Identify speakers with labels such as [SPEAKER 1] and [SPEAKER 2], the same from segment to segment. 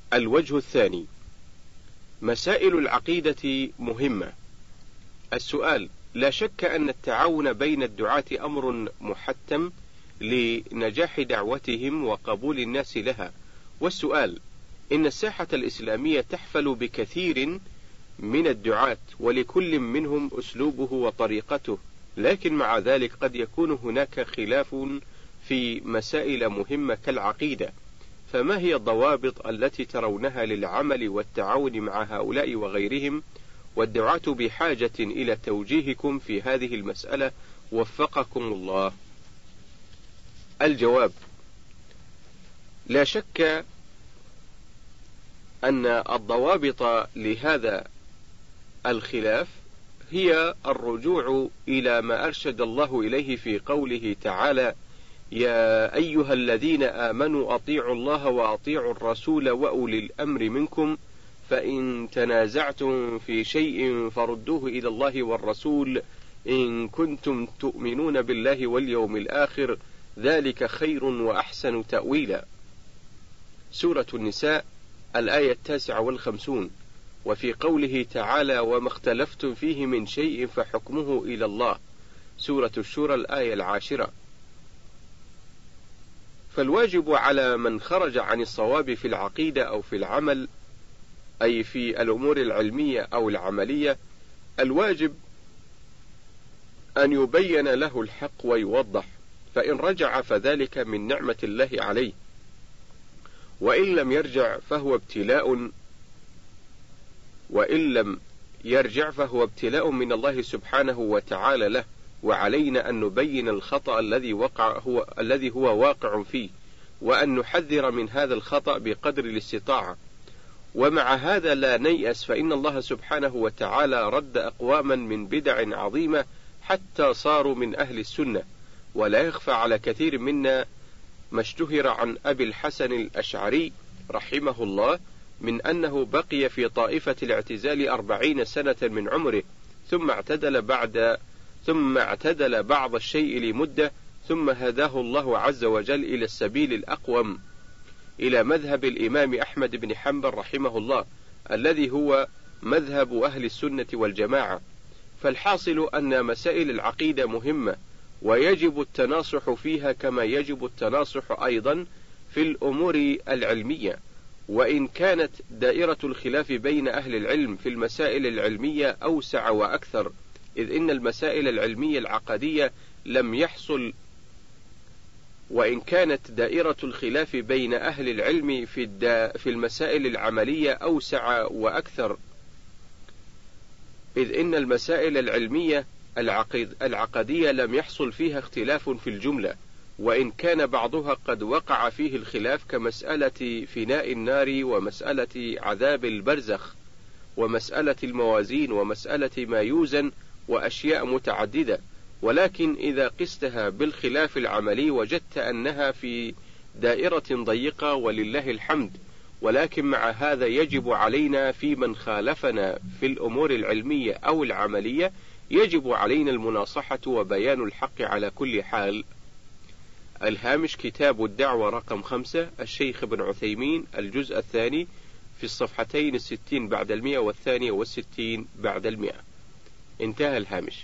[SPEAKER 1] الوجه الثاني: مسائل العقيدة مهمة. السؤال: لا شك أن التعاون بين الدعاة أمر محتم لنجاح دعوتهم وقبول الناس لها. والسؤال: إن الساحة الإسلامية تحفل بكثير من الدعاة، ولكل منهم أسلوبه وطريقته، لكن مع ذلك قد يكون هناك خلاف في مسائل مهمة كالعقيدة. فما هي الضوابط التي ترونها للعمل والتعاون مع هؤلاء وغيرهم؟ والدعاة بحاجة إلى توجيهكم في هذه المسألة، وفقكم الله. الجواب: لا شك أن الضوابط لهذا الخلاف هي الرجوع إلى ما أرشد الله إليه في قوله تعالى: يا أيها الذين آمنوا أطيعوا الله وأطيعوا الرسول وأولي الأمر منكم، فإن تنازعتم في شيء فردوه إلى الله والرسول إن كنتم تؤمنون بالله واليوم الآخر، ذلك خير وأحسن تأويلا. سورة النساء الآية 59. وفي قوله تعالى: وما اختلفتم فيه من شيء فحكمه إلى الله، سورة الشورى الآية 10. فالواجب على من خرج عن الصواب في العقيدة أو في العمل، أي في الأمور العلمية أو العملية، الواجب أن يبين له الحق ويوضح، فإن رجع فذلك من نعمة الله عليه، وإن لم يرجع فهو ابتلاء من الله سبحانه وتعالى له، وعلينا أن نبين الخطأ الذي هو واقع فيه، وأن نحذر من هذا الخطأ بقدر الاستطاعة. ومع هذا لا نيأس، فإن الله سبحانه وتعالى رد أقواما من بدع عظيمة حتى صاروا من أهل السنة. ولا يخفى على كثير منا ما اشتهر عن أبي الحسن الأشعري رحمه الله من أنه بقي في طائفة الاعتزال 40 سنة من عمره، ثم اعتدل بعض الشيء لمدة، ثم هداه الله عز وجل إلى السبيل الأقوم، إلى مذهب الإمام أحمد بن حنبل رحمه الله، الذي هو مذهب أهل السنة والجماعة. فالحاصل أن مسائل العقيدة مهمة، ويجب التناصح فيها كما يجب التناصح أيضا في الأمور العلمية. وإن كانت دائرة الخلاف بين أهل العلم في المسائل العلمية أوسع وأكثر، إذ إن المسائل العلمية العقدية لم يحصل، وإن كانت دائرة الخلاف بين أهل العلم في المسائل العملية أوسع وأكثر، إذ إن المسائل العلمية العقدية لم يحصل فيها اختلاف في الجملة، وإن كان بعضها قد وقع فيه الخلاف، كمسألة فناء النار، ومسألة عذاب البرزخ، ومسألة الموازين، ومسألة ما يوزن، وأشياء متعددة. ولكن إذا قستها بالخلاف العملي وجدت أنها في دائرة ضيقة، ولله الحمد. ولكن مع هذا يجب علينا في من خالفنا في الأمور العلمية أو العملية، يجب علينا المناصحة وبيان الحق على كل حال. الهامش: كتاب الدعوة رقم 5، الشيخ ابن عثيمين، الجزء الثاني، في الصفحتين 60 بعد 100 و62 بعد 100. انتهى الهامش.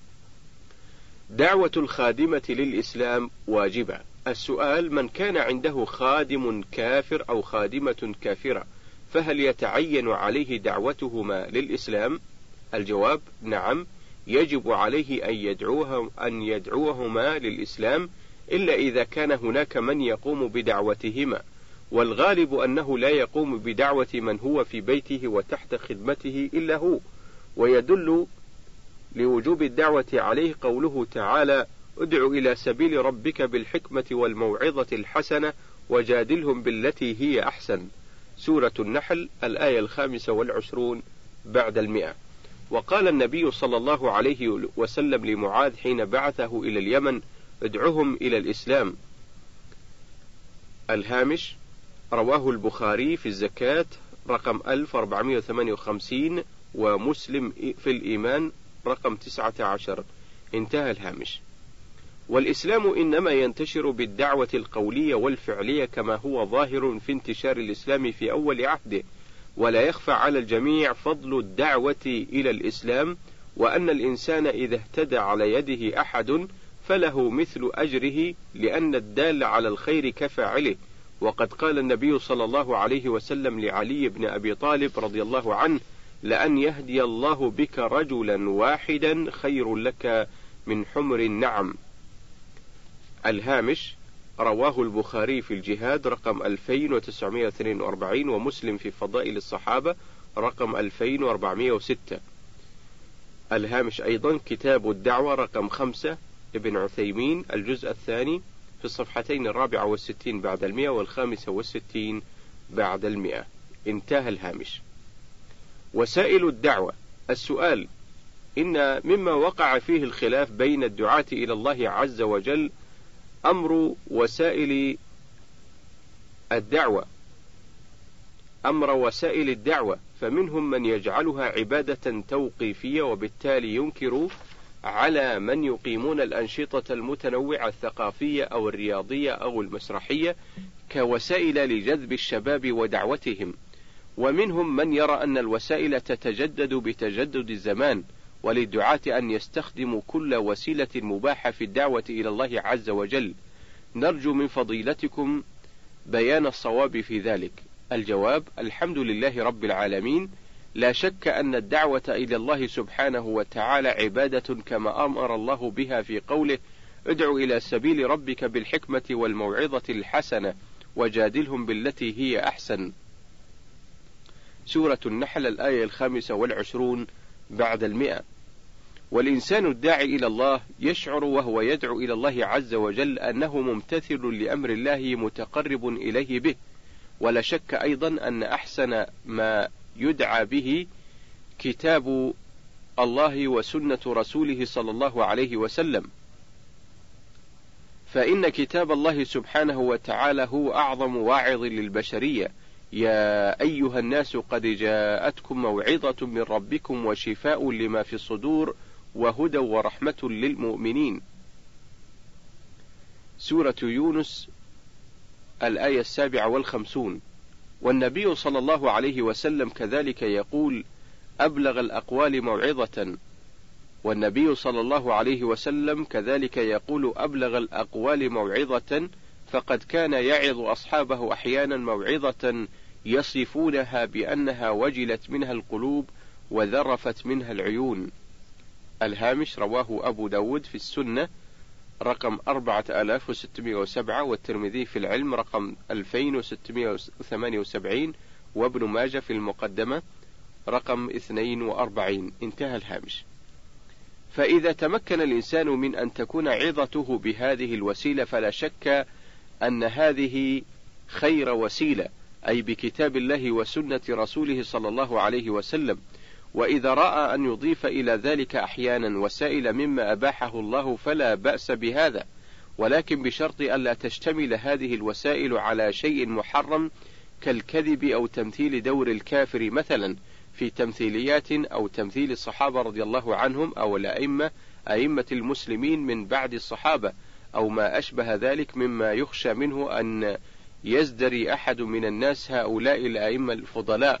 [SPEAKER 1] دعوة الخادمة للإسلام واجبة. السؤال: من كان عنده خادم كافر أو خادمة كافرة، فهل يتعين عليه دعوتهما للإسلام؟ الجواب: نعم، يجب عليه أن يدعوهما للإسلام، إلا إذا كان هناك من يقوم بدعوتهما، والغالب أنه لا يقوم بدعوة من هو في بيته وتحت خدمته إلا هو. ويدل لوجوب الدعوة عليه قوله تعالى: ادع إلى سبيل ربك بالحكمة والموعظة الحسنة وجادلهم بالتي هي أحسن، سورة النحل الآية 25 بعد 100. وقال النبي صلى الله عليه وسلم لمعاذ حين بعثه إلى اليمن: ادعهم إلى الإسلام. الهامش: رواه البخاري في الزكاة رقم 1458، ومسلم في الإيمان رقم 19. انتهى الهامش. والإسلام إنما ينتشر بالدعوة القولية والفعلية كما هو ظاهر في انتشار الإسلام في أول عهده، ولا يخفى على الجميع فضل الدعوة إلى الإسلام، وأن الإنسان إذا اهتدى على يده أحد فله مثل أجره، لأن الدال على الخير كفاعله. وقد قال النبي صلى الله عليه وسلم لعلي بن أبي طالب رضي الله عنه: لأن يهدي الله بك رجلا واحدا خير لك من حمر النعم. الهامش: رواه البخاري في الجهاد رقم 2942، ومسلم في فضائل الصحابة رقم 2406. الهامش أيضا: كتاب الدعوة رقم 5 ابن عثيمين، الجزء الثاني، في الصفحتين 64 بعد 100 و65 بعد 100. انتهى الهامش. وسائل الدعوة. السؤال: إن مما وقع فيه الخلاف بين الدعاة إلى الله عز وجل أمر وسائل الدعوة، فمنهم من يجعلها عبادة توقيفية، وبالتالي ينكر على من يقيمون الأنشطة المتنوعة الثقافية أو الرياضية أو المسرحية كوسائل لجذب الشباب ودعوتهم. ومنهم من يرى أن الوسائل تتجدد بتجدد الزمان، وللدعاة أن يستخدموا كل وسيلة مباحة في الدعوة إلى الله عز وجل. نرجو من فضيلتكم بيان الصواب في ذلك. الجواب: الحمد لله رب العالمين. لا شك أن الدعوة إلى الله سبحانه وتعالى عبادة كما أمر الله بها في قوله: ادع إلى سبيل ربك بالحكمة والموعظة الحسنة وجادلهم بالتي هي أحسن. سورة النحل، الآية 25 بعد 100. والإنسان الداعي إلى الله يشعر وهو يدعو إلى الله عز وجل أنه ممتثل لأمر الله متقرب إليه به. ولا شك أيضا أن أحسن ما يدعى به كتاب الله وسنة رسوله صلى الله عليه وسلم، فإن كتاب الله سبحانه وتعالى هو أعظم واعظ للبشرية. يا أيها الناس قد جاءتكم موعظة من ربكم وشفاء لما في الصدور وهدى ورحمة للمؤمنين. سورة يونس، الآية 57. والنبي صلى الله عليه وسلم كذلك يقول: أبلغ الأقوال موعظة. والنبي صلى الله عليه وسلم كذلك يقول: أبلغ الأقوال موعظة، فقد كان يعظ أصحابه أحيانا موعظة يصفونها بأنها وجلت منها القلوب وذرفت منها العيون. الهامش: رواه أبو داود في السنة رقم 4607، والترمذي في العلم رقم 2678، وابن ماجه في المقدمة رقم 42. انتهى الهامش. فإذا تمكن الإنسان من أن تكون عظته بهذه الوسيلة فلا شك أن هذه خير وسيلة، أي بكتاب الله وسنة رسوله صلى الله عليه وسلم. وإذا رأى أن يضيف إلى ذلك أحيانا وسائل مما أباحه الله فلا بأس بهذا، ولكن بشرط ألا تشتمل هذه الوسائل على شيء محرم كالكذب أو تمثيل دور الكافر مثلا في تمثيليات، أو تمثيل الصحابة رضي الله عنهم أو أئمة المسلمين من بعد الصحابة، أو ما أشبه ذلك مما يخشى منه أن يزدري أحد من الناس هؤلاء الأئمة الفضلاء.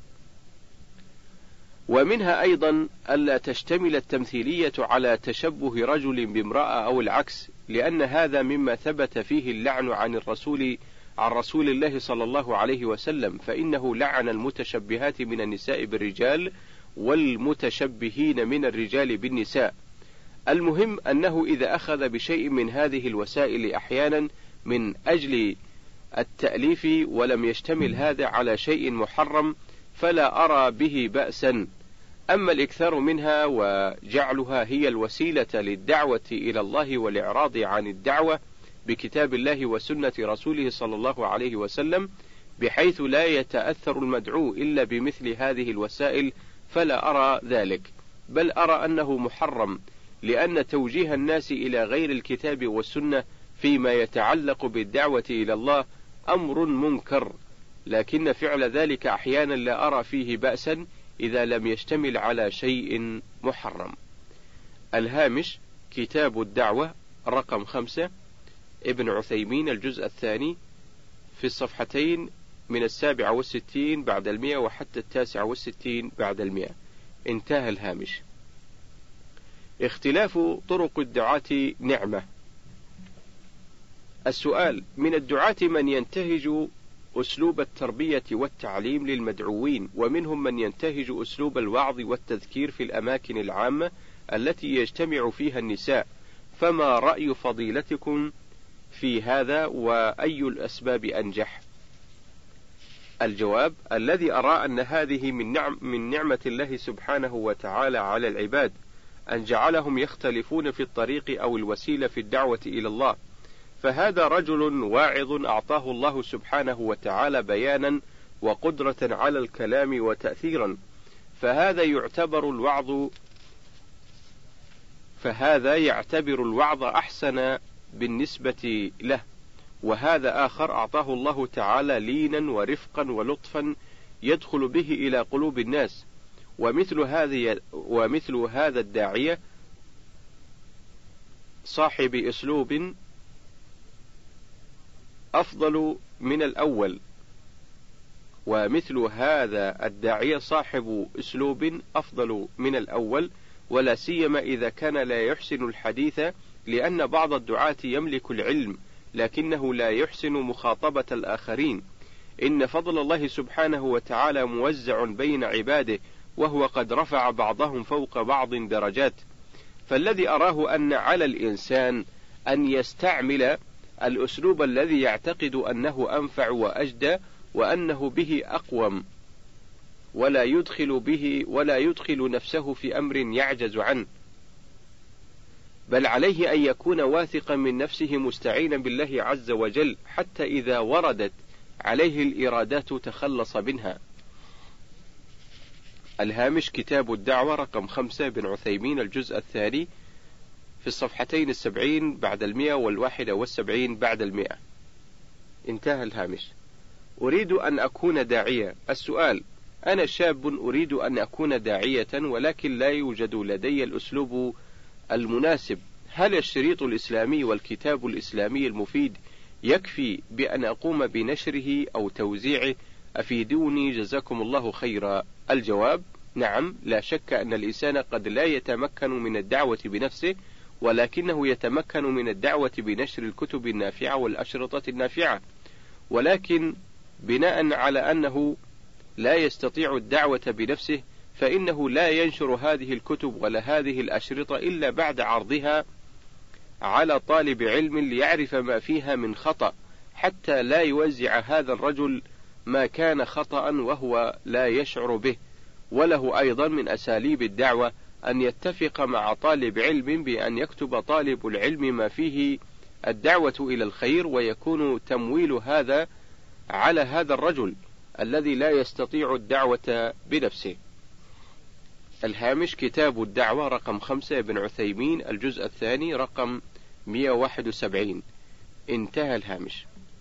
[SPEAKER 1] ومنها أيضا ألا تشتمل التمثيلية على تشبه رجل بامرأة أو العكس، لأن هذا مما ثبت فيه اللعن عن رسول الله صلى الله عليه وسلم، فإنه لعن المتشبهات من النساء بالرجال والمتشبهين من الرجال بالنساء. المهم أنه إذا أخذ بشيء من هذه الوسائل أحيانا من أجل التأليف ولم يشتمل هذا على شيء محرم فلا أرى به بأسا. أما الإكثار منها وجعلها هي الوسيلة للدعوة إلى الله والإعراض عن الدعوة بكتاب الله وسنة رسوله صلى الله عليه وسلم بحيث لا يتأثر المدعو إلا بمثل هذه الوسائل، فلا أرى ذلك، بل أرى أنه محرم، لأن توجيه الناس إلى غير الكتاب والسنة فيما يتعلق بالدعوة إلى الله أمر منكر، لكن فعل ذلك أحيانا لا أرى فيه بأسا إذا لم يشتمل على شيء محرم. الهامش: كتاب الدعوة رقم 5 ابن عثيمين الجزء الثاني في الصفحتين من 67 بعد 100 وحتى 69 بعد 100. انتهى الهامش. اختلاف طرق الدعاة نعمة. السؤال: من الدعاة من ينتهج أسلوب التربية والتعليم للمدعوين، ومنهم من ينتهج أسلوب الوعظ والتذكير في الأماكن العامة التي يجتمع فيها النساء، فما رأي فضيلتكم في هذا، وأي الأسباب أنجح؟ الجواب: الذي أرى أن هذه من نعمة الله سبحانه وتعالى على العباد، أن جعلهم يختلفون في الطريق أو الوسيلة في الدعوة إلى الله، فهذا رجل واعظ أعطاه الله سبحانه وتعالى بيانا وقدرة على الكلام وتأثيرا، فهذا يعتبر الوعظ أحسن بالنسبة له، وهذا آخر أعطاه الله تعالى لينا ورفقا ولطفا يدخل به إلى قلوب الناس، ومثل هذا الداعية صاحب أسلوب أفضل من الأول، ولا سيما إذا كان لا يحسن الحديث، لأن بعض الدعاة يملك العلم لكنه لا يحسن مخاطبة الآخرين. إن فضل الله سبحانه وتعالى موزع بين عباده، وهو قد رفع بعضهم فوق بعض درجات، فالذي أراه أن على الإنسان أن يستعمل الأسلوب الذي يعتقد أنه أنفع وأجدى وأنه به أقوم، ولا يدخل نفسه في أمر يعجز عنه، بل عليه أن يكون واثقا من نفسه مستعينا بالله عز وجل، حتى إذا وردت عليه الإرادات تخلص منها. الهامش: كتاب الدعوة رقم 5 بن عثيمين الجزء الثاني في الصفحتين 70 بعد 100 و71 بعد 100. انتهى الهامش. أريد أن أكون داعية. السؤال: أنا شاب أريد أن أكون داعية، ولكن لا يوجد لدي الأسلوب المناسب، هل الشريط الإسلامي والكتاب الإسلامي المفيد يكفي بأن أقوم بنشره أو توزيعه؟ أفيدوني جزاكم الله خيرا. الجواب: نعم، لا شك أن الإنسان قد لا يتمكن من الدعوة بنفسه، ولكنه يتمكن من الدعوة بنشر الكتب النافعة والأشرطة النافعة، ولكن بناء على أنه لا يستطيع الدعوة بنفسه، فإنه لا ينشر هذه الكتب ولا هذه الأشرطة إلا بعد عرضها على طالب علم ليعرف ما فيها من خطأ، حتى لا يوزع هذا الرجل ما كان خطأ وهو لا يشعر به. وله أيضا من أساليب الدعوة أن يتفق مع طالب علم بأن يكتب طالب العلم ما فيه الدعوة إلى الخير، ويكون تمويل هذا على هذا الرجل الذي لا يستطيع الدعوة بنفسه. الهامش: كتاب الدعوة رقم 5 بن عثيمين الجزء الثاني رقم 171. انتهى الهامش.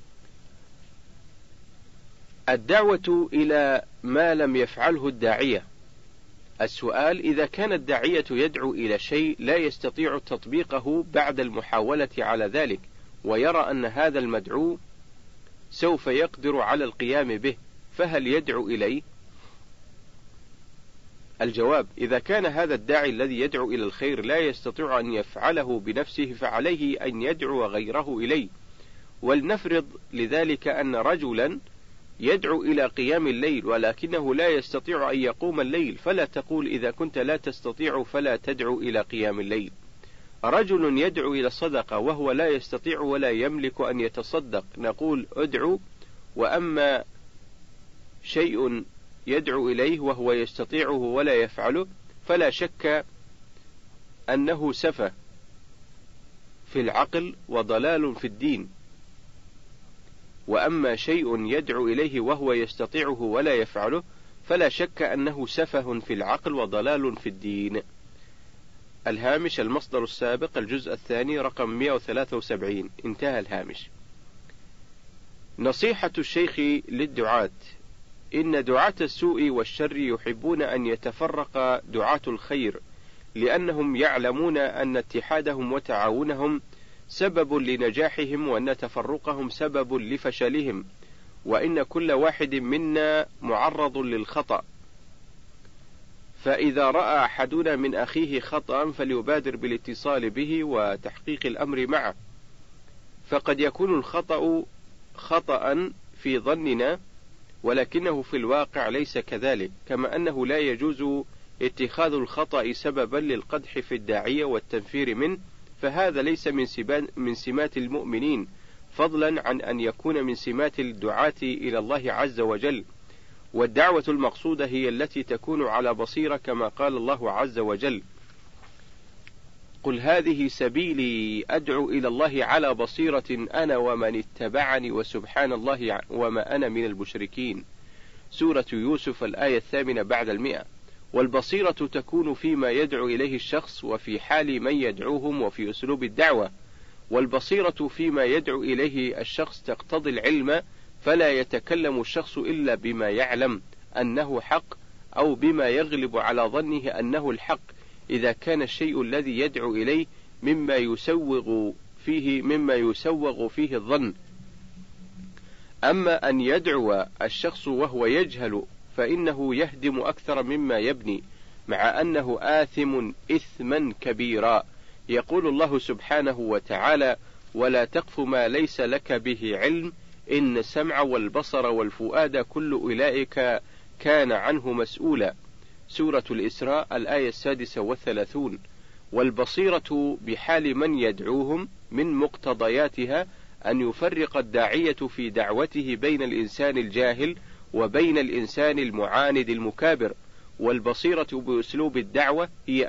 [SPEAKER 1] الدعوة إلى ما لم يفعله الداعية. السؤال: إذا كان الداعية يدعو إلى شيء لا يستطيع تطبيقه بعد المحاولة على ذلك، ويرى أن هذا المدعو سوف يقدر على القيام به، فهل يدعو إليه؟ الجواب: إذا كان هذا الداعي الذي يدعو إلى الخير لا يستطيع أن يفعله بنفسه، فعليه أن يدعو غيره إليه. ولنفرض لذلك أن رجلا يدعو إلى قيام الليل ولكنه لا يستطيع أن يقوم الليل، فلا تقول إذا كنت لا تستطيع فلا تدعو إلى قيام الليل. رجل يدعو إلى الصدقة وهو لا يستطيع ولا يملك أن يتصدق، نقول ادعو. وأما شيء يدعو إليه وهو يستطيعه ولا يفعله، فلا شك أنه سفه في العقل وضلال في الدين. وأما شيء يدعو إليه وهو يستطيعه ولا يفعله، فلا شك أنه سفه في العقل وضلال في الدين. الهامش: المصدر السابق الجزء الثاني رقم 173. انتهى الهامش. نصيحة الشيخ للدعاة: إن دعاة السوء والشر يحبون أن يتفرق دعاة الخير، لأنهم يعلمون أن اتحادهم وتعاونهم سبب لنجاحهم، وأن تفرقهم سبب لفشلهم، وإن كل واحد منا معرض للخطأ. فإذا رأى أحدنا من أخيه خطأ فليبادر بالاتصال به وتحقيق الأمر معه، فقد يكون الخطأ خطأ في ظننا ولكنه في الواقع ليس كذلك، كما أنه لا يجوز اتخاذ الخطأ سببا للقدح في الداعية والتنفير منه، فهذا ليس من سمات المؤمنين، فضلا عن أن يكون من سمات الدعاة إلى الله عز وجل. والدعوة المقصودة هي التي تكون على بصيرة، كما قال الله عز وجل: قل هذه سبيلي أدعو إلى الله على بصيرة أنا ومن اتبعني وسبحان الله وما أنا من المشركين. سورة يوسف الآية 8 بعد 100. والبصيرة تكون فيما يدعو إليه الشخص وفي حال من يدعوهم وفي أسلوب الدعوة. والبصيرة فيما يدعو إليه الشخص تقتضي العلم، فلا يتكلم الشخص إلا بما يعلم أنه حق أو بما يغلب على ظنه أنه الحق، إذا كان الشيء الذي يدعو إليه مما يسوغ فيه الظن. أما أن يدعو الشخص وهو يجهل فإنه يهدم أكثر مما يبني، مع أنه آثم إثما كبيرا. يقول الله سبحانه وتعالى: ولا تقف ما ليس لك به علم إن السمع والبصر والفؤاد كل أولئك كان عنه مسؤولا. سورة الإسراء الآية 36. والبصيرة بحال من يدعوهم من مقتضياتها أن يفرق الداعية في دعوته بين الإنسان الجاهل وبين الإنسان المعاند المكابر. والبصيرة بأسلوب الدعوة هي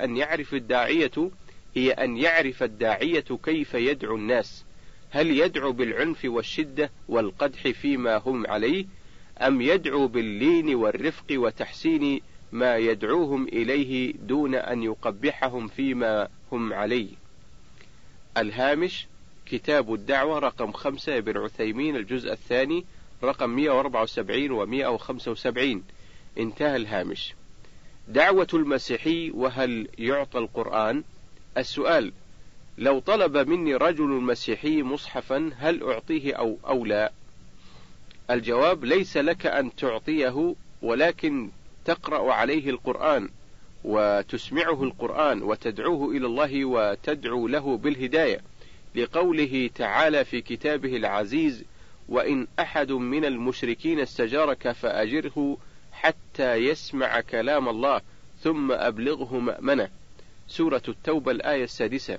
[SPEAKER 1] أن يعرف الداعية كيف يدعو الناس، هل يدعو بالعنف والشدة والقدح فيما هم عليه، أم يدعو باللين والرفق وتحسين ما يدعوهم إليه دون أن يقبحهم فيما هم عليه. الهامش: كتاب الدعوة رقم 5 ابن عثيمين، الجزء الثاني، رقم 174 و 175. انتهى الهامش. دعوة المسيحي، وهل يعطى القرآن؟ السؤال: لو طلب مني رجل مسيحي مصحفا هل أعطيه أو لا؟ الجواب: ليس لك أن تعطيه، ولكن تقرأ عليه القرآن وتسمعه القرآن وتدعوه إلى الله وتدعو له بالهداية، لقوله تعالى في كتابه العزيز: وإن أحد من المشركين استجارك فأجره حتى يسمع كلام الله ثم أبلغه مأمنه. سورة التوبة الآية 6.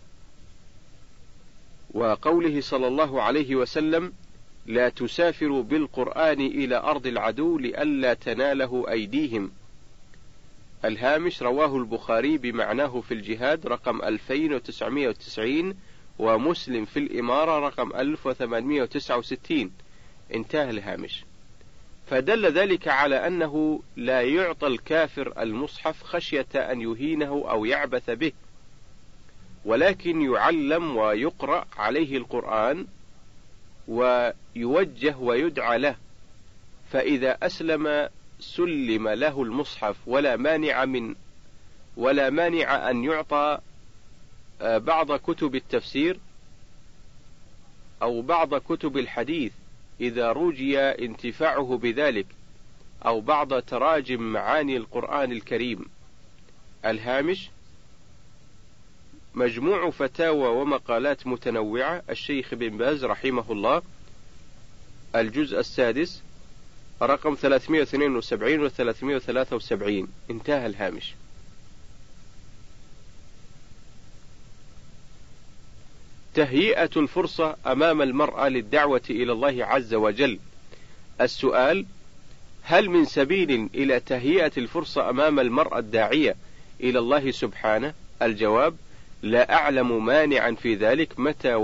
[SPEAKER 1] وقوله صلى الله عليه وسلم: لا تسافروا بالقرآن إلى أرض العدو لئلا تناله أيديهم. الهامش: رواه البخاري بمعناه في الجهاد رقم 2990، ومسلم في الإمارة رقم 1869. انتهى الهامش. فدل ذلك على أنه لا يعطى الكافر المصحف خشية أن يهينه أو يعبث به، ولكن يعلم ويقرأ عليه القرآن ويوجه ويدعى له، فإذا أسلم سلم له المصحف، ولا مانع أن يعطى بعض كتب التفسير أو بعض كتب الحديث إذا رجي انتفاعه بذلك، أو بعض تراجم معاني القرآن الكريم. الهامش: مجموع فتاوى ومقالات متنوعة، الشيخ بن باز رحمه الله، الجزء السادس، رقم 372 و 373. انتهى الهامش. تهيئة الفرصة أمام المرأة للدعوة إلى الله عز وجل. السؤال: هل من سبيل إلى تهيئة الفرصة أمام المرأة الداعية إلى الله سبحانه؟ الجواب: لا أعلم مانعا في ذلك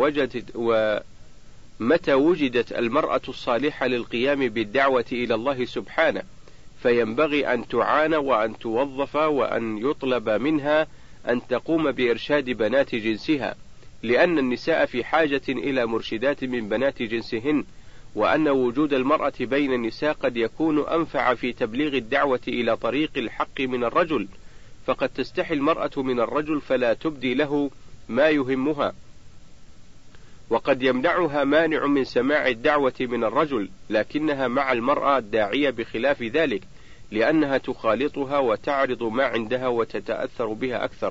[SPEAKER 1] متى وجدت المرأة الصالحة للقيام بالدعوة إلى الله سبحانه، فينبغي أن تعان وأن توظف وأن يطلب منها أن تقوم بإرشاد بنات جنسها، لأن النساء في حاجة إلى مرشدات من بنات جنسهن، وأن وجود المرأة بين النساء قد يكون أنفع في تبليغ الدعوة إلى طريق الحق من الرجل، فقد تستحي المرأة من الرجل فلا تبدي له ما يهمها، وقد يمنعها مانع من سماع الدعوة من الرجل، لكنها مع المرأة الداعية بخلاف ذلك، لأنها تخالطها وتعرض ما عندها وتتأثر بها أكثر.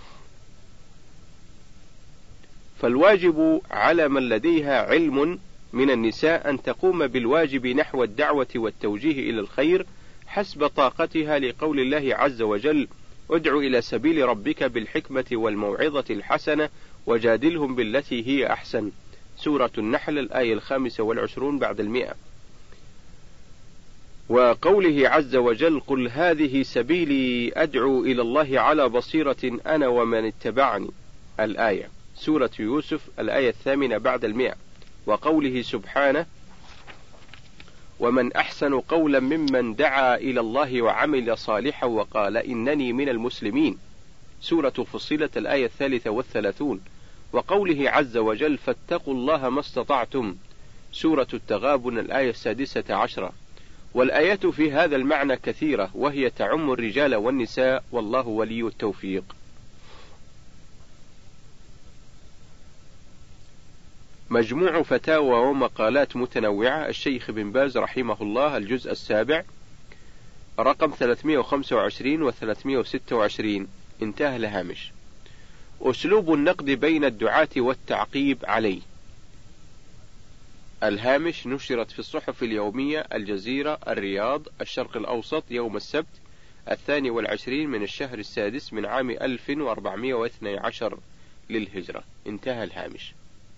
[SPEAKER 1] فالواجب على من لديها علم من النساء أن تقوم بالواجب نحو الدعوة والتوجيه إلى الخير حسب طاقتها، لقول الله عز وجل: ادع إلى سبيل ربك بالحكمة والموعظة الحسنة وجادلهم بالتي هي أحسن. سورة النحل الآية 25 بعد 100. وقوله عز وجل: قل هذه سبيلي أدعو إلى الله على بصيرة أنا ومن اتبعني. الآية. سورة يوسف الآية 8 بعد 100. وقوله سبحانه: ومن أحسن قولا ممن دعا إلى الله وعمل صالحا وقال إنني من المسلمين. سورة فصلت الآية 33. وقوله عز وجل: فاتقوا الله ما استطعتم. سورة التغابن الآية 16. والآيات في هذا المعنى كثيرة، وهي تعم الرجال والنساء، والله ولي التوفيق. مجموع فتاوى ومقالات متنوعة، الشيخ بن باز رحمه الله، الجزء 7 رقم 325 و 326. انتهى الهامش. أسلوب النقد بين الدعاة والتعقيب عليه. الهامش نشرت في الصحف اليومية: الجزيرة، الرياض، الشرق الأوسط، يوم السبت 22 من الشهر السادس من عام 1412 للهجرة. انتهى الهامش.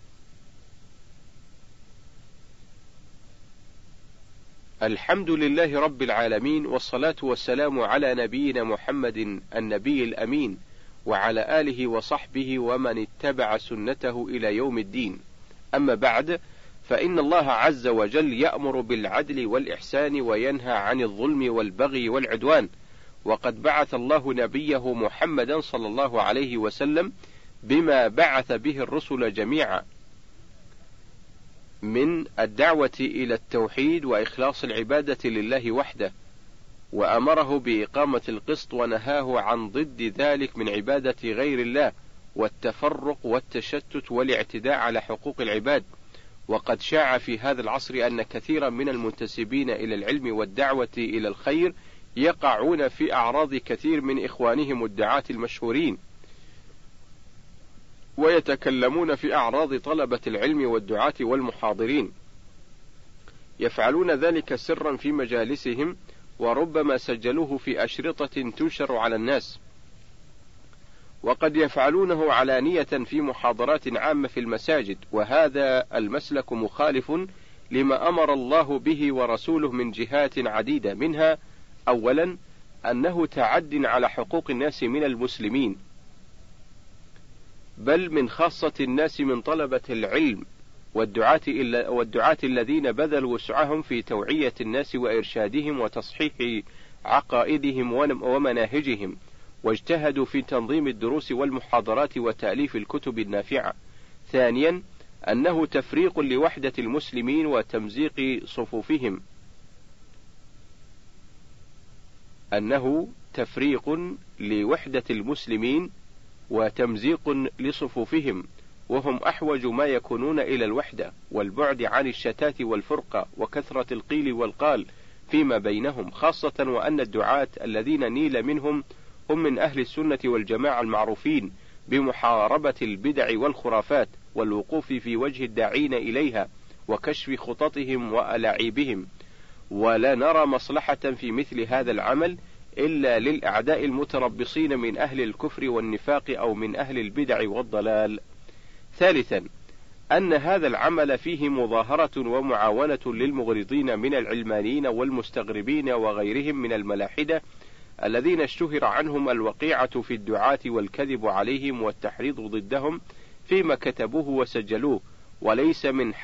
[SPEAKER 1] الحمد لله رب العالمين، والصلاة والسلام على نبينا محمد النبي الأمين، وعلى آله وصحبه ومن اتبع سنته إلى يوم الدين. أما بعد، فإن الله عز وجل يأمر بالعدل والإحسان وينهى عن الظلم والبغي والعدوان، وقد بعث الله نبيه محمدا صلى الله عليه وسلم بما بعث به الرسل جميعا من الدعوة إلى التوحيد وإخلاص العبادة لله وحده، وأمره بإقامة القسط ونهاه عن ضد ذلك من عبادة غير الله والتفرق والتشتت والاعتداء على حقوق العباد. وقد شاع في هذا العصر أن كثيرا من المنتسبين إلى العلم والدعوة إلى الخير يقعون في أعراض كثير من إخوانهم الدعاة المشهورين، ويتكلمون في أعراض طلبة العلم والدعاة والمحاضرين، يفعلون ذلك سرا في مجالسهم، وربما سجلوه في أشرطة تنشر على الناس، وقد يفعلونه علانية في محاضرات عامة في المساجد. وهذا المسلك مخالف لما أمر الله به ورسوله من جهات عديدة، منها: أولا، أنه تعد على حقوق الناس من المسلمين، بل من خاصة الناس من طلبة العلم والدعاة الذين بذلوا وسعهم في توعية الناس وإرشادهم وتصحيح عقائدهم ومناهجهم، واجتهدوا في تنظيم الدروس والمحاضرات وتأليف الكتب النافعة. ثانيا، أنه تفريق لوحدة المسلمين وتمزيق صفوفهم، لصفوفهم، وهم أحوج ما يكونون إلى الوحدة والبعد عن الشتات والفرقة وكثرة القيل والقال فيما بينهم، خاصة وأن الدعاة الذين نيل منهم هم من أهل السنة والجماعة المعروفين بمحاربة البدع والخرافات والوقوف في وجه الداعين إليها وكشف خططهم وألاعيبهم. ولا نرى مصلحة في مثل هذا العمل إلا للأعداء المتربصين من أهل الكفر والنفاق أو من أهل البدع والضلال. ثالثا، أن هذا العمل فيه مظاهرة ومعاونة للمغرضين من العلمانيين والمستغربين وغيرهم من الملاحدة الذين اشتهر عنهم الوقيعة في الدعاة والكذب عليهم والتحريض ضدهم فيما كتبوه وسجلوه، وليس من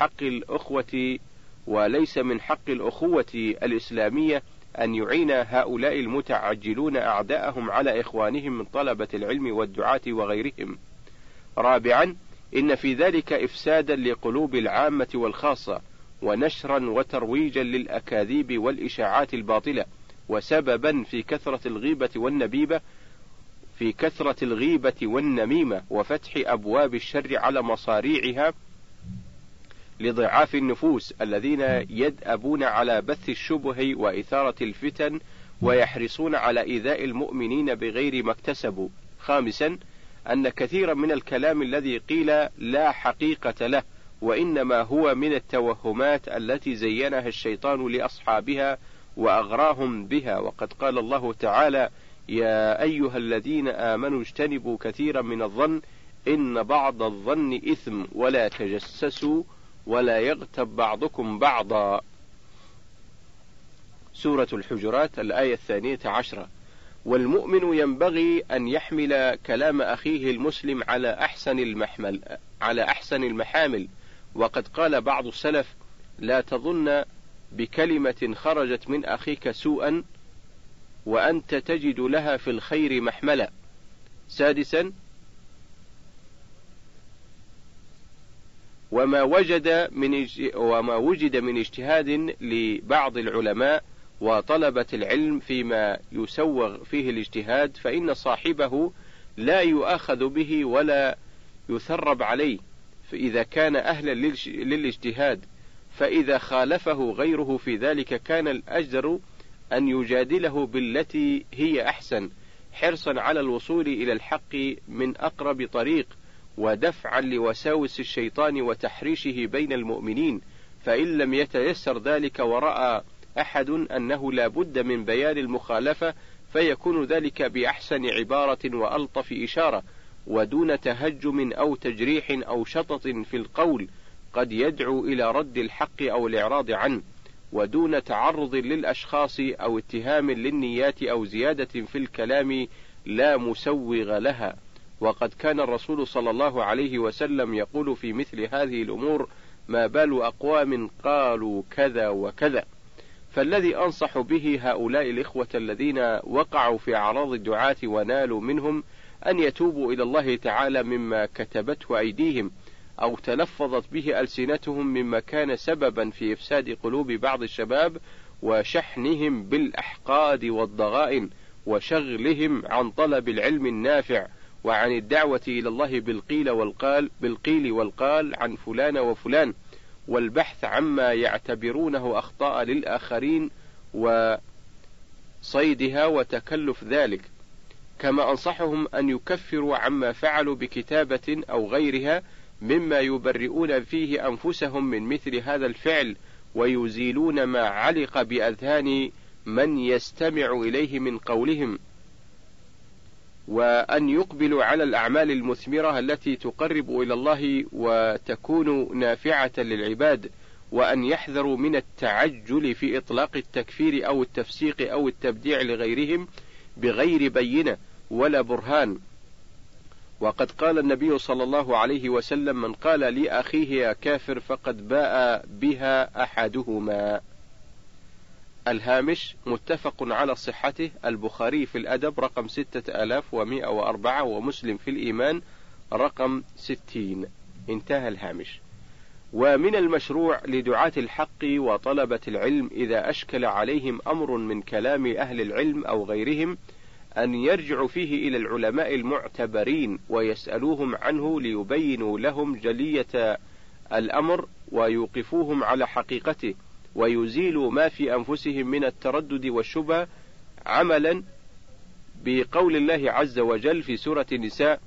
[SPEAKER 1] حق الأخوة الإسلامية أن يعين هؤلاء المتعجلون أعداءهم على إخوانهم من طلبة العلم والدعاة وغيرهم. رابعا، إن في ذلك إفسادا لقلوب العامة والخاصة، ونشرا وترويجا للأكاذيب والإشاعات الباطلة، وسببا في كثرة الغيبة والنميمة وفتح أبواب الشر على مصاريعها لضعاف النفوس الذين يدأبون على بث الشبه وإثارة الفتن ويحرصون على إيذاء المؤمنين بغير ما اكتسبوا. 5. أن كثيرا من الكلام الذي قيل لا حقيقة له، وإنما هو من التوهمات التي زينها الشيطان لأصحابها وأغراهم بها. وقد قال الله تعالى: يا أيها الذين آمنوا اجتنبوا كثيرا من الظن إن بعض الظن إثم ولا تجسسوا ولا يغتب بعضكم بعضا. سورة الحجرات الآية 12. والمؤمن ينبغي أن يحمل كلام أخيه المسلم على أحسن المحامل. وقد قال بعض السلف: لا تظن بكلمة خرجت من أخيك سوءا وأنت تجد لها في الخير محملا. 6. وما وجد من اجتهاد لبعض العلماء وطلبة العلم فيما يسوغ فيه الاجتهاد فإن صاحبه لا يؤاخذ به ولا يثرب عليه، فإذا كان أهلا للاجتهاد، فإذا خالفه غيره في ذلك كان الأجدر أن يجادله بالتي هي أحسن، حرصا على الوصول إلى الحق من أقرب طريق، ودفعا لوساوس الشيطان وتحريشه بين المؤمنين. فإن لم يتيسر ذلك ورأى أحد أنه لا بد من بيان المخالفة فيكون ذلك بأحسن عبارة وألطف إشارة، ودون تهجم أو تجريح أو شطط في القول قد يدعو إلى رد الحق أو الإعراض عنه، ودون تعرض للأشخاص أو اتهام للنيات أو زيادة في الكلام لا مسوغ لها. وقد كان الرسول صلى الله عليه وسلم يقول في مثل هذه الأمور: ما بال أقوام قالوا كذا وكذا. فالذي أنصح به هؤلاء الإخوة الذين وقعوا في أعراض الدعاة ونالوا منهم أن يتوبوا إلى الله تعالى مما كتبته أيديهم أو تلفظت به ألسنتهم مما كان سببا في إفساد قلوب بعض الشباب وشحنهم بالأحقاد والضغائن وشغلهم عن طلب العلم النافع وعن الدعوة إلى الله بالقيل والقال عن فلان وفلان، والبحث عما يعتبرونه أخطاء للآخرين وصيدها وتكلف ذلك. كما أنصحهم أن يكفروا عما فعلوا بكتابة أو غيرها مما يبرئون فيه أنفسهم من مثل هذا الفعل، ويزيلون ما علق بأذهان من يستمع إليه من قولهم، وأن يقبلوا على الأعمال المثمرة التي تقرب إلى الله وتكون نافعة للعباد، وأن يحذروا من التعجل في إطلاق التكفير أو التفسيق أو التبديع لغيرهم بغير بينة ولا برهان. وقد قال النبي صلى الله عليه وسلم: من قال لأخيه يا كافر فقد باء بها أحدهما. الهامش متفق على صحته، البخاري في الأدب رقم 6104 ومسلم في الإيمان رقم 60. انتهى الهامش. ومن المشروع لدعاة الحق وطلبة العلم إذا أشكل عليهم أمر من كلام أهل العلم أو غيرهم أن يرجعوا فيه إلى العلماء المعتبرين ويسألوهم عنه ليبينوا لهم جلية الأمر ويوقفوهم على حقيقته، ويزيلوا ما في أنفسهم من التردد والشبهة، عملا بقول الله عز وجل في سورة النساء: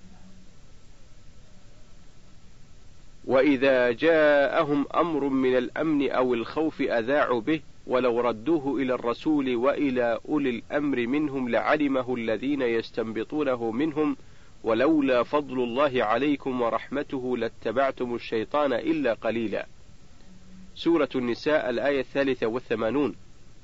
[SPEAKER 1] وإذا جاءهم أمر من الأمن أو الخوف أذاعوا به ولو ردوه إلى الرسول وإلى أولي الأمر منهم لعلمه الذين يستنبطونه منهم ولولا فضل الله عليكم ورحمته لاتبعتم الشيطان إلا قليلا. سورة النساء الآية 83.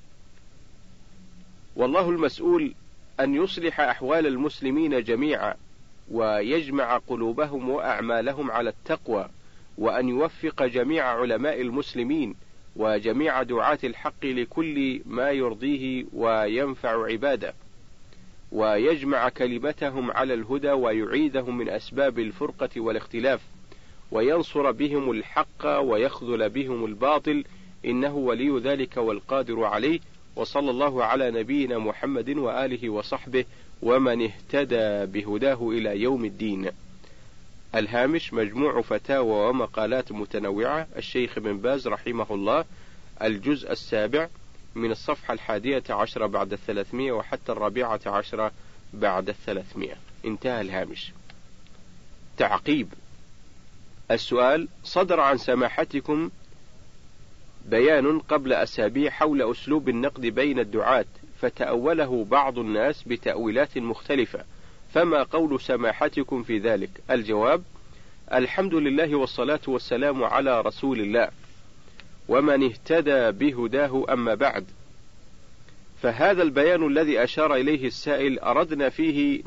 [SPEAKER 1] والله المسؤول أن يصلح أحوال المسلمين جميعا ويجمع قلوبهم وأعمالهم على التقوى، وأن يوفق جميع علماء المسلمين وجميع دعاة الحق لكل ما يرضيه وينفع عباده، ويجمع كلمتهم على الهدى ويعيدهم من أسباب الفرقة والاختلاف، وينصر بهم الحق ويخذل بهم الباطل، إنه ولي ذلك والقادر عليه. وصلى الله على نبينا محمد وآله وصحبه ومن اهتدى بهداه إلى يوم الدين. الهامش مجموع فتاوى ومقالات متنوعة الشيخ ابن باز رحمه الله، الجزء 7 من الصفحة 11 بعد 300 وحتى 14 بعد 300. انتهى الهامش. تعقيب السؤال: صدر عن سماحتكم بيان قبل أسابيع حول أسلوب النقد بين الدعاة، فتأوله بعض الناس بتأويلات مختلفة، فما قول سماحتكم في ذلك؟ الجواب: الحمد لله والصلاة والسلام على رسول الله ومن اهتدى بهداه، أما بعد، فهذا البيان الذي أشار إليه السائل أردنا فيه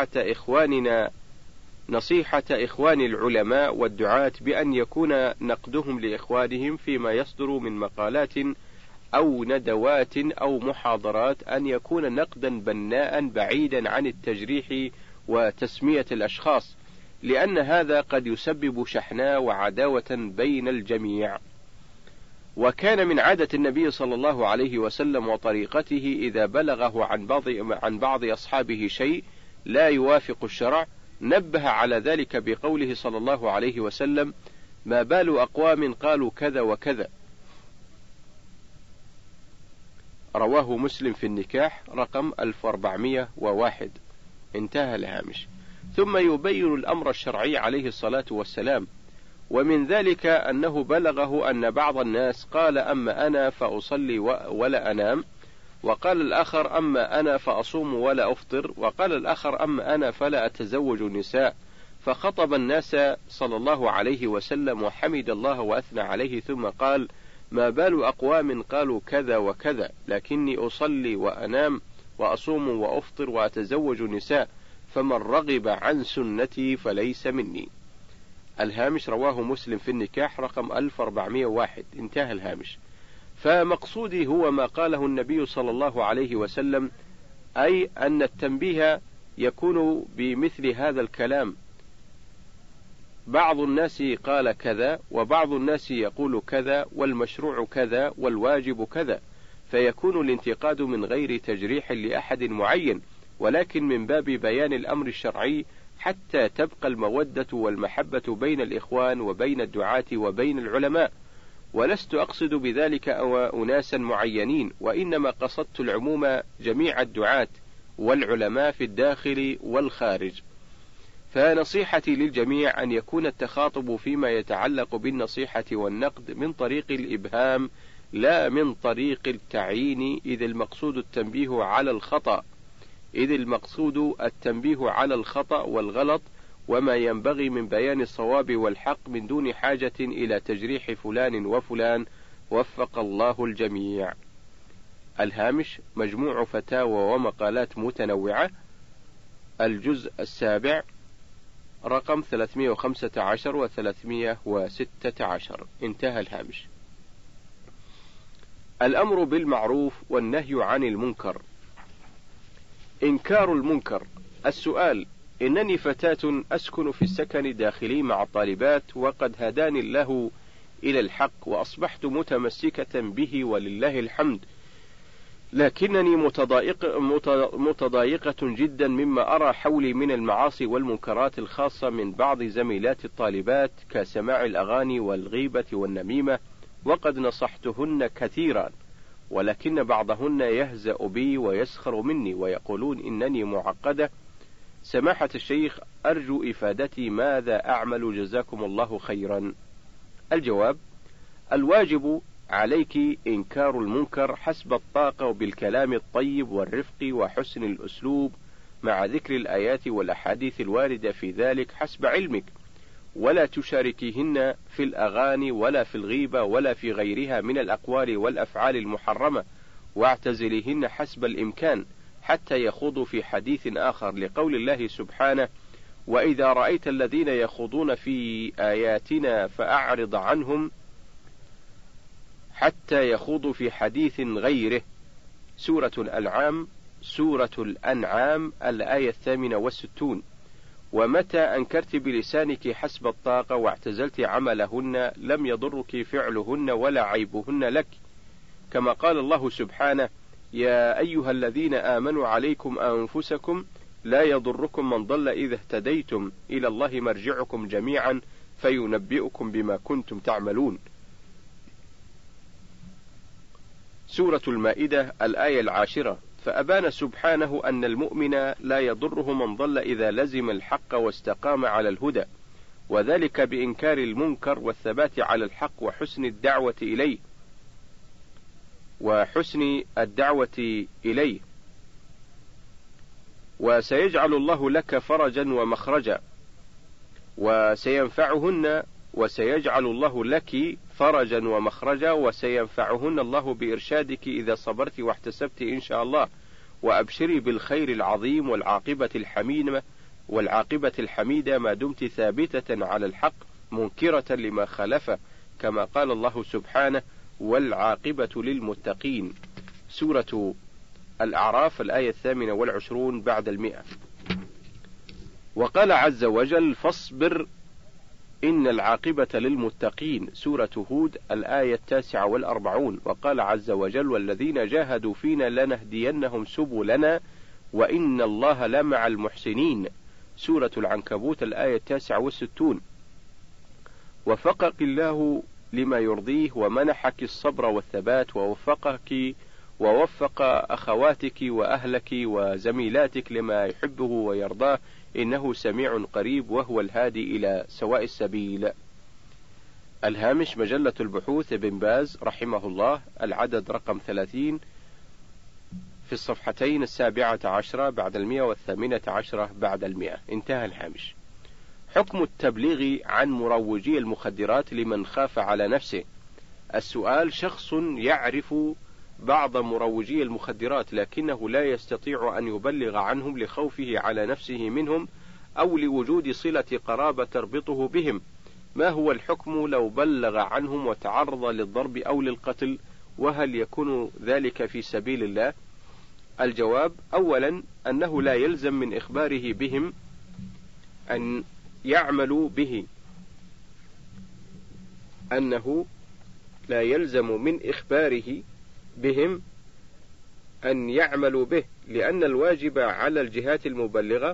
[SPEAKER 1] نصيحة إخوان العلماء والدعاة بأن يكون نقدهم لإخوانهم فيما يصدر من مقالات أو ندوات أو محاضرات أن يكون نقدا بناء بعيدا عن التجريح وتسمية الأشخاص، لأن هذا قد يسبب شحناء وعداوة بين الجميع. وكان من عادة النبي صلى الله عليه وسلم وطريقته إذا بلغه عن بعض أصحابه شيء لا يوافق الشرع نبه على ذلك بقوله صلى الله عليه وسلم: ما بال أقوام قالوا كذا وكذا. رواه مسلم في النكاح رقم 1401. انتهى الهامش. ثم يبين الأمر الشرعي عليه الصلاة والسلام، ومن ذلك أنه بلغه أن بعض الناس قال: أما أنا فأصلي ولا أنام، وقال الآخر: أما أنا فأصوم ولا أفطر، وقال الآخر: أما أنا فلا أتزوج النساء. فخطب الناس صلى الله عليه وسلم وحمد الله وأثنى عليه، ثم قال: ما بال أقوام قالوا كذا وكذا، لكني أصلي وأنام وأصوم وأفطر وأتزوج النساء، فمن رغب عن سنتي فليس مني. الهامش رواه مسلم في النكاح رقم 1401. انتهى الهامش. فمقصودي هو ما قاله النبي صلى الله عليه وسلم، أي أن التنبيه يكون بمثل هذا الكلام: بعض الناس قال كذا، وبعض الناس يقول كذا، والمشروع كذا، والواجب كذا، فيكون الانتقاد من غير تجريح لأحد معين، ولكن من باب بيان الأمر الشرعي حتى تبقى المودة والمحبة بين الإخوان وبين الدعاة وبين العلماء. ولست أقصد بذلك أناسا معينين، وإنما قصدت العموم جميع الدعاة والعلماء في الداخل والخارج. فنصيحتي للجميع أن يكون التخاطب فيما يتعلق بالنصيحة والنقد من طريق الإبهام لا من طريق التعيين، إذ المقصود التنبيه على الخطأ والغلط وما ينبغي من بيان الصواب والحق من دون حاجة إلى تجريح فلان وفلان، وفق الله الجميع. الهامش مجموع فتاوى ومقالات متنوعة، الجزء 7 رقم 315 و 316. انتهى الهامش. الأمر بالمعروف والنهي عن المنكر. إنكار المنكر. السؤال: إنني فتاة أسكن في السكن داخلي مع الطالبات، وقد هداني الله إلى الحق وأصبحت متمسكة به ولله الحمد، لكنني متضايقة جدا مما أرى حولي من المعاصي والمنكرات الخاصة من بعض زميلات الطالبات كسماع الأغاني والغيبة والنميمة، وقد نصحتهن كثيرا، ولكن بعضهن يهزأ بي ويسخر مني ويقولون إنني معقدة. سماحة الشيخ، أرجو إفادتي ماذا أعمل جزاكم الله خيرا. الجواب: الواجب عليك إنكار المنكر حسب الطاقة وبالكلام الطيب والرفق وحسن الأسلوب، مع ذكر الآيات والأحاديث الواردة في ذلك حسب علمك، ولا تشاركيهن في الأغاني ولا في الغيبة ولا في غيرها من الأقوال والأفعال المحرمة، واعتزليهن حسب الإمكان حتى يخوضوا في حديث آخر، لقول الله سبحانه: وإذا رأيت الذين يخوضون في آياتنا فأعرض عنهم حتى يخوضوا في حديث غيره. سورة الأنعام الآية 68. ومتى أنكرت بلسانك حسب الطاقة واعتزلت عملهن لم يضرك فعلهن ولا عيبهن لك، كما قال الله سبحانه: يا أيها الذين آمنوا عليكم أنفسكم لا يضركم من ضل إذا اهتديتم إلى الله مرجعكم جميعا فينبئكم بما كنتم تعملون. سورة المائدة الآية 10. فأبان سبحانه أن المؤمن لا يضره من ضل إذا لزم الحق واستقام على الهدى، وذلك بإنكار المنكر والثبات على الحق وحسن الدعوة إليه. وسيجعل الله لك فرجا ومخرجا، وسيجعل الله لك فرجا ومخرجا، وسينفعهن الله بإرشادك إذا صبرت واحتسبت إن شاء الله. وأبشري بالخير العظيم والعاقبة الحميدة ما دمت ثابتة على الحق منكرة لما خلفه، كما قال الله سبحانه: والعاقبة للمتقين. سورة الأعراف الآية 28 بعد 100. وقال عز وجل: فاصبر إن العاقبة للمتقين. سورة هود الآية 49. وقال عز وجل: والذين جاهدوا فينا لنهدينهم سبلنا وإن الله لمع المحسنين. سورة العنكبوت الآية 69. وفقك الله لما يرضيه ومنحك الصبر والثبات، ووفق أخواتك وأهلك وزميلاتك لما يحبه ويرضاه، إنه سميع قريب وهو الهادي إلى سواء السبيل. الهامش: مجلة البحوث ابن باز رحمه الله، العدد رقم 30 في الصفحتين 17 بعد 100 و18 بعد 100. انتهى الهامش. حكم التبليغ عن مروجي المخدرات لمن خاف على نفسه. السؤال: شخص يعرف بعض مروجي المخدرات لكنه لا يستطيع أن يبلغ عنهم لخوفه على نفسه منهم أو لوجود صلة قرابة تربطه بهم، ما هو الحكم لو بلغ عنهم وتعرض للضرب أو للقتل؟ وهل يكون ذلك في سبيل الله؟ الجواب: أولا أنه لا يلزم من إخباره بهم أن يعملوا به، أنه لا يلزم من إخباره بهم أن يعملوا به، لأن الواجب على الجهات المبلغة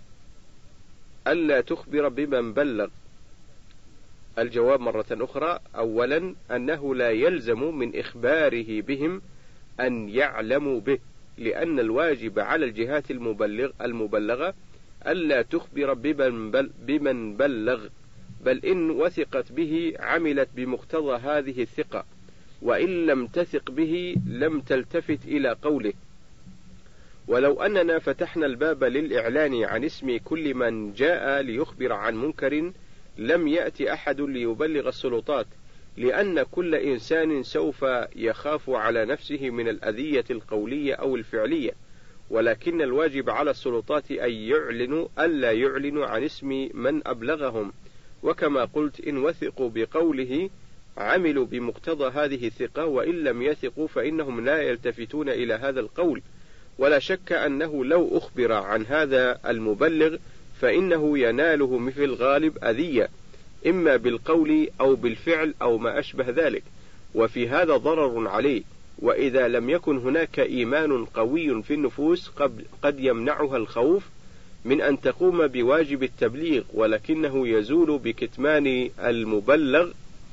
[SPEAKER 1] ألا تخبر بمن بلغ. الجواب مرة أخرى: أولا أنه لا يلزم من إخباره بهم أن يعلموا به، لأن الواجب على الجهات المبلغة ألا تخبر بمن بلغ، بل إن وثقت به عملت بمقتضى هذه الثقة، وإن لم تثق به لم تلتفت إلى قوله. ولو أننا فتحنا الباب للإعلان عن اسم كل من جاء ليخبر عن منكر لم يأتي أحد ليبلغ السلطات، لأن كل إنسان سوف يخاف على نفسه من الأذية القولية أو الفعلية، ولكن الواجب على السلطات ألا يعلنوا عن اسم من أبلغهم. وكما قلت: إن وثقوا بقوله عملوا بمقتضى هذه الثقة، وإن لم يثقوا فإنهم لا يلتفتون إلى هذا القول. ولا شك أنه لو أخبر عن هذا المبلغ فإنه يناله في الغالب أذية، إما بالقول أو بالفعل أو ما أشبه ذلك، وفي هذا ضرر عليه. وإذا لم يكن هناك إيمان قوي في النفوس قد يمنعها الخوف من أن تقوم بواجب التبليغ، ولكنه يزول بكتمان المبلغ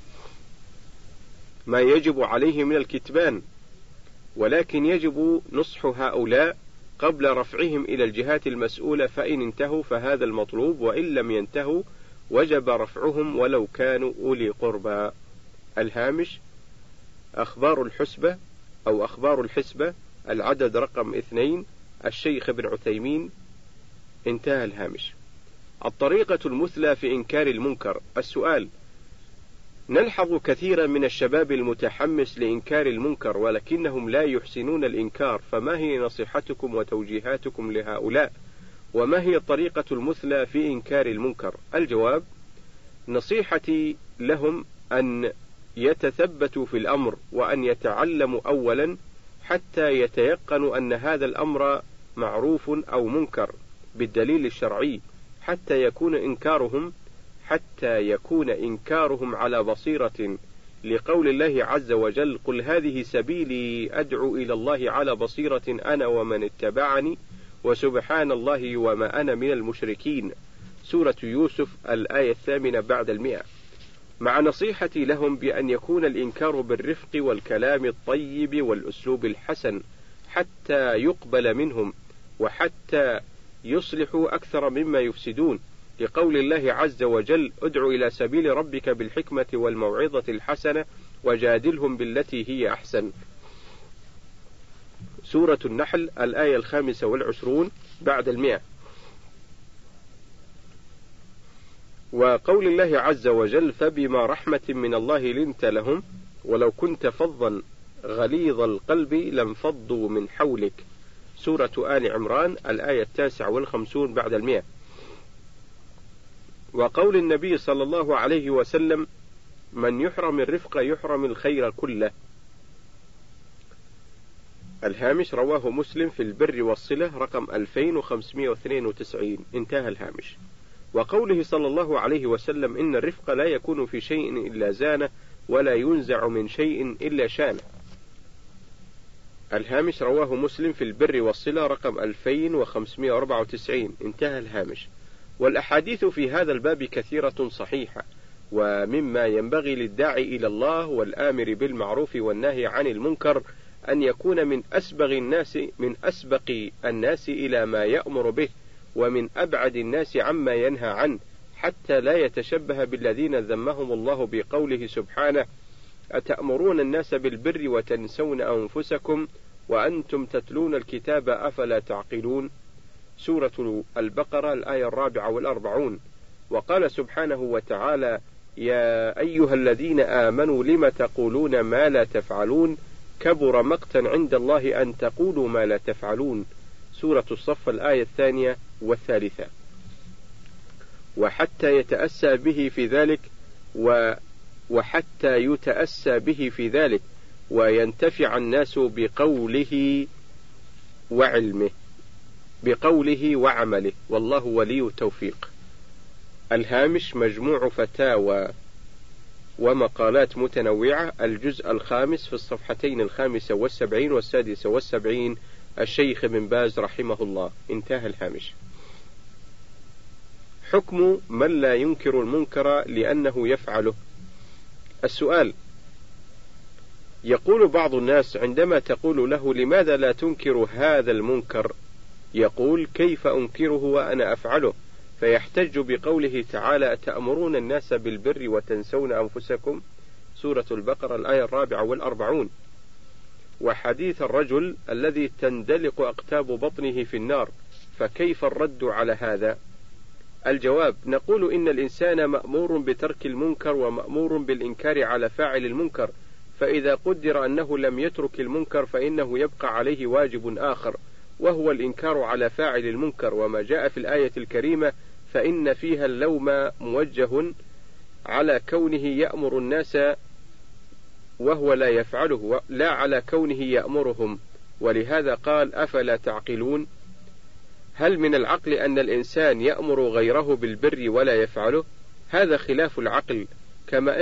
[SPEAKER 1] ما يجب عليه من الكتمان، ولكن يجب نصح هؤلاء قبل رفعهم إلى الجهات المسؤولة، فإن انتهوا فهذا المطلوب، وإن لم ينتهوا وجب رفعهم ولو كانوا أولي قربى. الهامش: أخبار الحسبة العدد رقم 2 الشيخ ابن عثيمين. انتهى الهامش. الطريقة المثلى في إنكار المنكر. السؤال: نلحظ كثيرا من الشباب المتحمس لإنكار المنكر ولكنهم لا يحسنون الإنكار، فما هي نصيحتكم وتوجيهاتكم لهؤلاء؟ وما هي الطريقة المثلى في إنكار المنكر؟ الجواب: نصيحتي لهم أن يتثبتوا في الأمر، وأن يتعلموا أولا حتى يتيقنوا أن هذا الأمر معروف أو منكر بالدليل الشرعي، حتى يكون إنكارهم على بصيرة، لقول الله عز وجل: قل هذه سبيلي أدعو إلى الله على بصيرة أنا ومن اتبعني وسبحان الله وما أنا من المشركين، سورة يوسف الآية 8 بعد 100، مع نصيحتي لهم بأن يكون الإنكار بالرفق والكلام الطيب والأسلوب الحسن حتى يقبل منهم، وحتى يصلحوا أكثر مما يفسدون، لقول الله عز وجل: ادع إلى سبيل ربك بالحكمة والموعظة الحسنة وجادلهم بالتي هي أحسن، سورة النحل الآية 25 بعد 100. وقول الله عز وجل: فبما رحمة من الله لنت لهم ولو كنت فظا غليظ القلب لانفضوا من حولك، سورة آل عمران الآية 59 بعد 100. وقول النبي صلى الله عليه وسلم: من يحرم الرفق يحرم الخير كله. الهامش: رواه مسلم في البر والصلة رقم 2592، انتهى الهامش. وقوله صلى الله عليه وسلم: إن الرفق لا يكون في شيء إلا زانه ولا ينزع من شيء إلا شانه. الهامش: رواه مسلم في البر والصلة رقم 2594، انتهى الهامش. والأحاديث في هذا الباب كثيرة صحيحة، ومما ينبغي للداعي إلى الله والآمر بالمعروف والنهي عن المنكر أن يكون من أسبق الناس إلى ما يأمر به، ومن أبعد الناس عما ينهى عنه، حتى لا يتشبه بالذين ذمهم الله بقوله سبحانه: أتأمرون الناس بالبر وتنسون أنفسكم وأنتم تتلون الكتاب أفلا تعقلون، سورة البقرة الآية 44. وقال سبحانه وتعالى: يا أيها الذين آمنوا لم تقولون ما لا تفعلون كبر مقتا عند الله أن تقولوا ما لا تفعلون، سورة الصف الآية 2 و3. وحتى يتأسى به في ذلك وينتفع الناس بقوله وعمله، والله ولي التوفيق. الهامش: مجموع فتاوى ومقالات متنوعة، الجزء 5 في الصفحتين 75 و76، الشيخ ابن باز رحمه الله، انتهى الهامش. حكم من لا ينكر المنكر لأنه يفعله. السؤال: يقول بعض الناس عندما تقول له: لماذا لا تنكر هذا المنكر؟ يقول: كيف أنكره وأنا أفعله؟ فيحتج بقوله تعالى: أتأمرون الناس بالبر وتنسون أنفسكم، سورة البقرة الآية 44، وحديث الرجل الذي تندلق أقتاب بطنه في النار، فكيف الرد على هذا؟ الجواب: نقول إن الإنسان مأمور بترك المنكر ومأمور بالإنكار على فاعل المنكر، فإذا قدر أنه لم يترك المنكر فإنه يبقى عليه واجب آخر، وهو الإنكار على فاعل المنكر، وما جاء في الآية الكريمة فإن فيها اللوم موجه على كونه يأمر الناس وهو لا يفعله، لا على كونه يأمرهم، ولهذا قال: أفلا تعقلون. هل من العقل أن الإنسان يأمر غيره بالبر ولا يفعله؟ هذا خلاف العقل، كما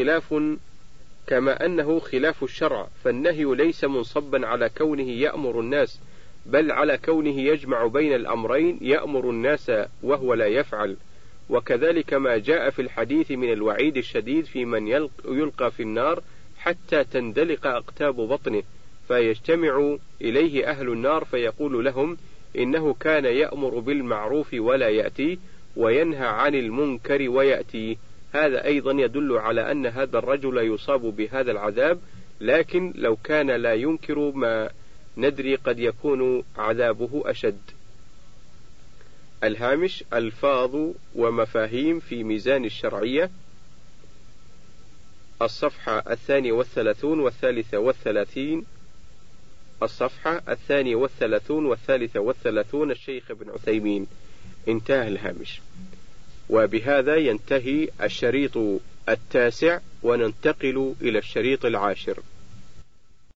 [SPEAKER 1] أنه خلاف الشرع، فالنهي ليس منصبا على كونه يأمر الناس، بل على كونه يجمع بين الأمرين، يأمر الناس وهو لا يفعل. وكذلك ما جاء في الحديث من الوعيد الشديد في من يلقى في النار حتى تندلق أقتاب بطنه، فيجتمع إليه أهل النار فيقول لهم: إنه كان يأمر بالمعروف ولا يأتي، وينهى عن المنكر ويأتي. هذا أيضا يدل على أن هذا الرجل يصاب بهذا العذاب، لكن لو كان لا ينكر ما ندري قد يكون عذابه أشد. الهامش: ألفاظ ومفاهيم في ميزان الشرعية، الصفحة 32 و33، الصفحة 32 و33، الشيخ ابن عثيمين، انتهى الهامش. وبهذا ينتهي الشريط 9، وننتقل إلى الشريط 10.